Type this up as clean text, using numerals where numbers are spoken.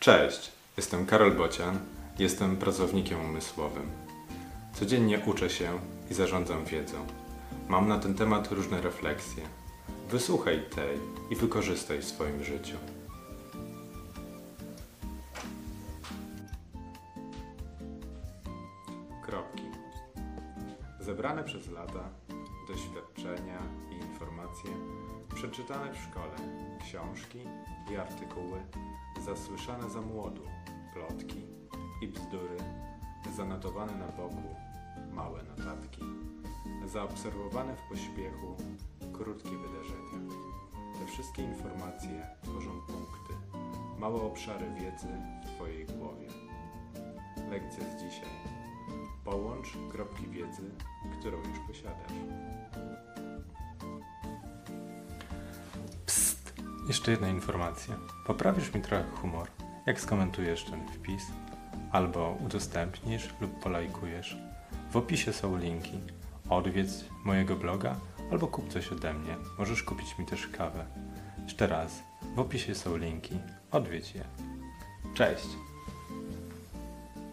Cześć, jestem Karol Bocian, jestem pracownikiem umysłowym. Codziennie uczę się i zarządzam wiedzą. Mam na ten temat różne refleksje. Wysłuchaj tej i wykorzystaj w swoim życiu. Kropki. Zebrane przez lata doświadczenia i informacje, przeczytane w szkole, książki i artykuły, zasłyszane za młodu, plotki i bzdury, zanotowane na boku, małe notatki, zaobserwowane w pośpiechu, krótkie wydarzenia. Te wszystkie informacje tworzą punkty, małe obszary wiedzy w Twojej głowie. Lekcja z dzisiaj. Połącz kropki wiedzy, którą już posiadasz. Psst! Jeszcze jedna informacja. Poprawisz mi trochę humor, jak skomentujesz ten wpis, albo udostępnisz lub polajkujesz. W opisie są linki. Odwiedź mojego bloga albo kup coś ode mnie. Możesz kupić mi też kawę. Jeszcze raz, w opisie są linki. Odwiedź je. Cześć!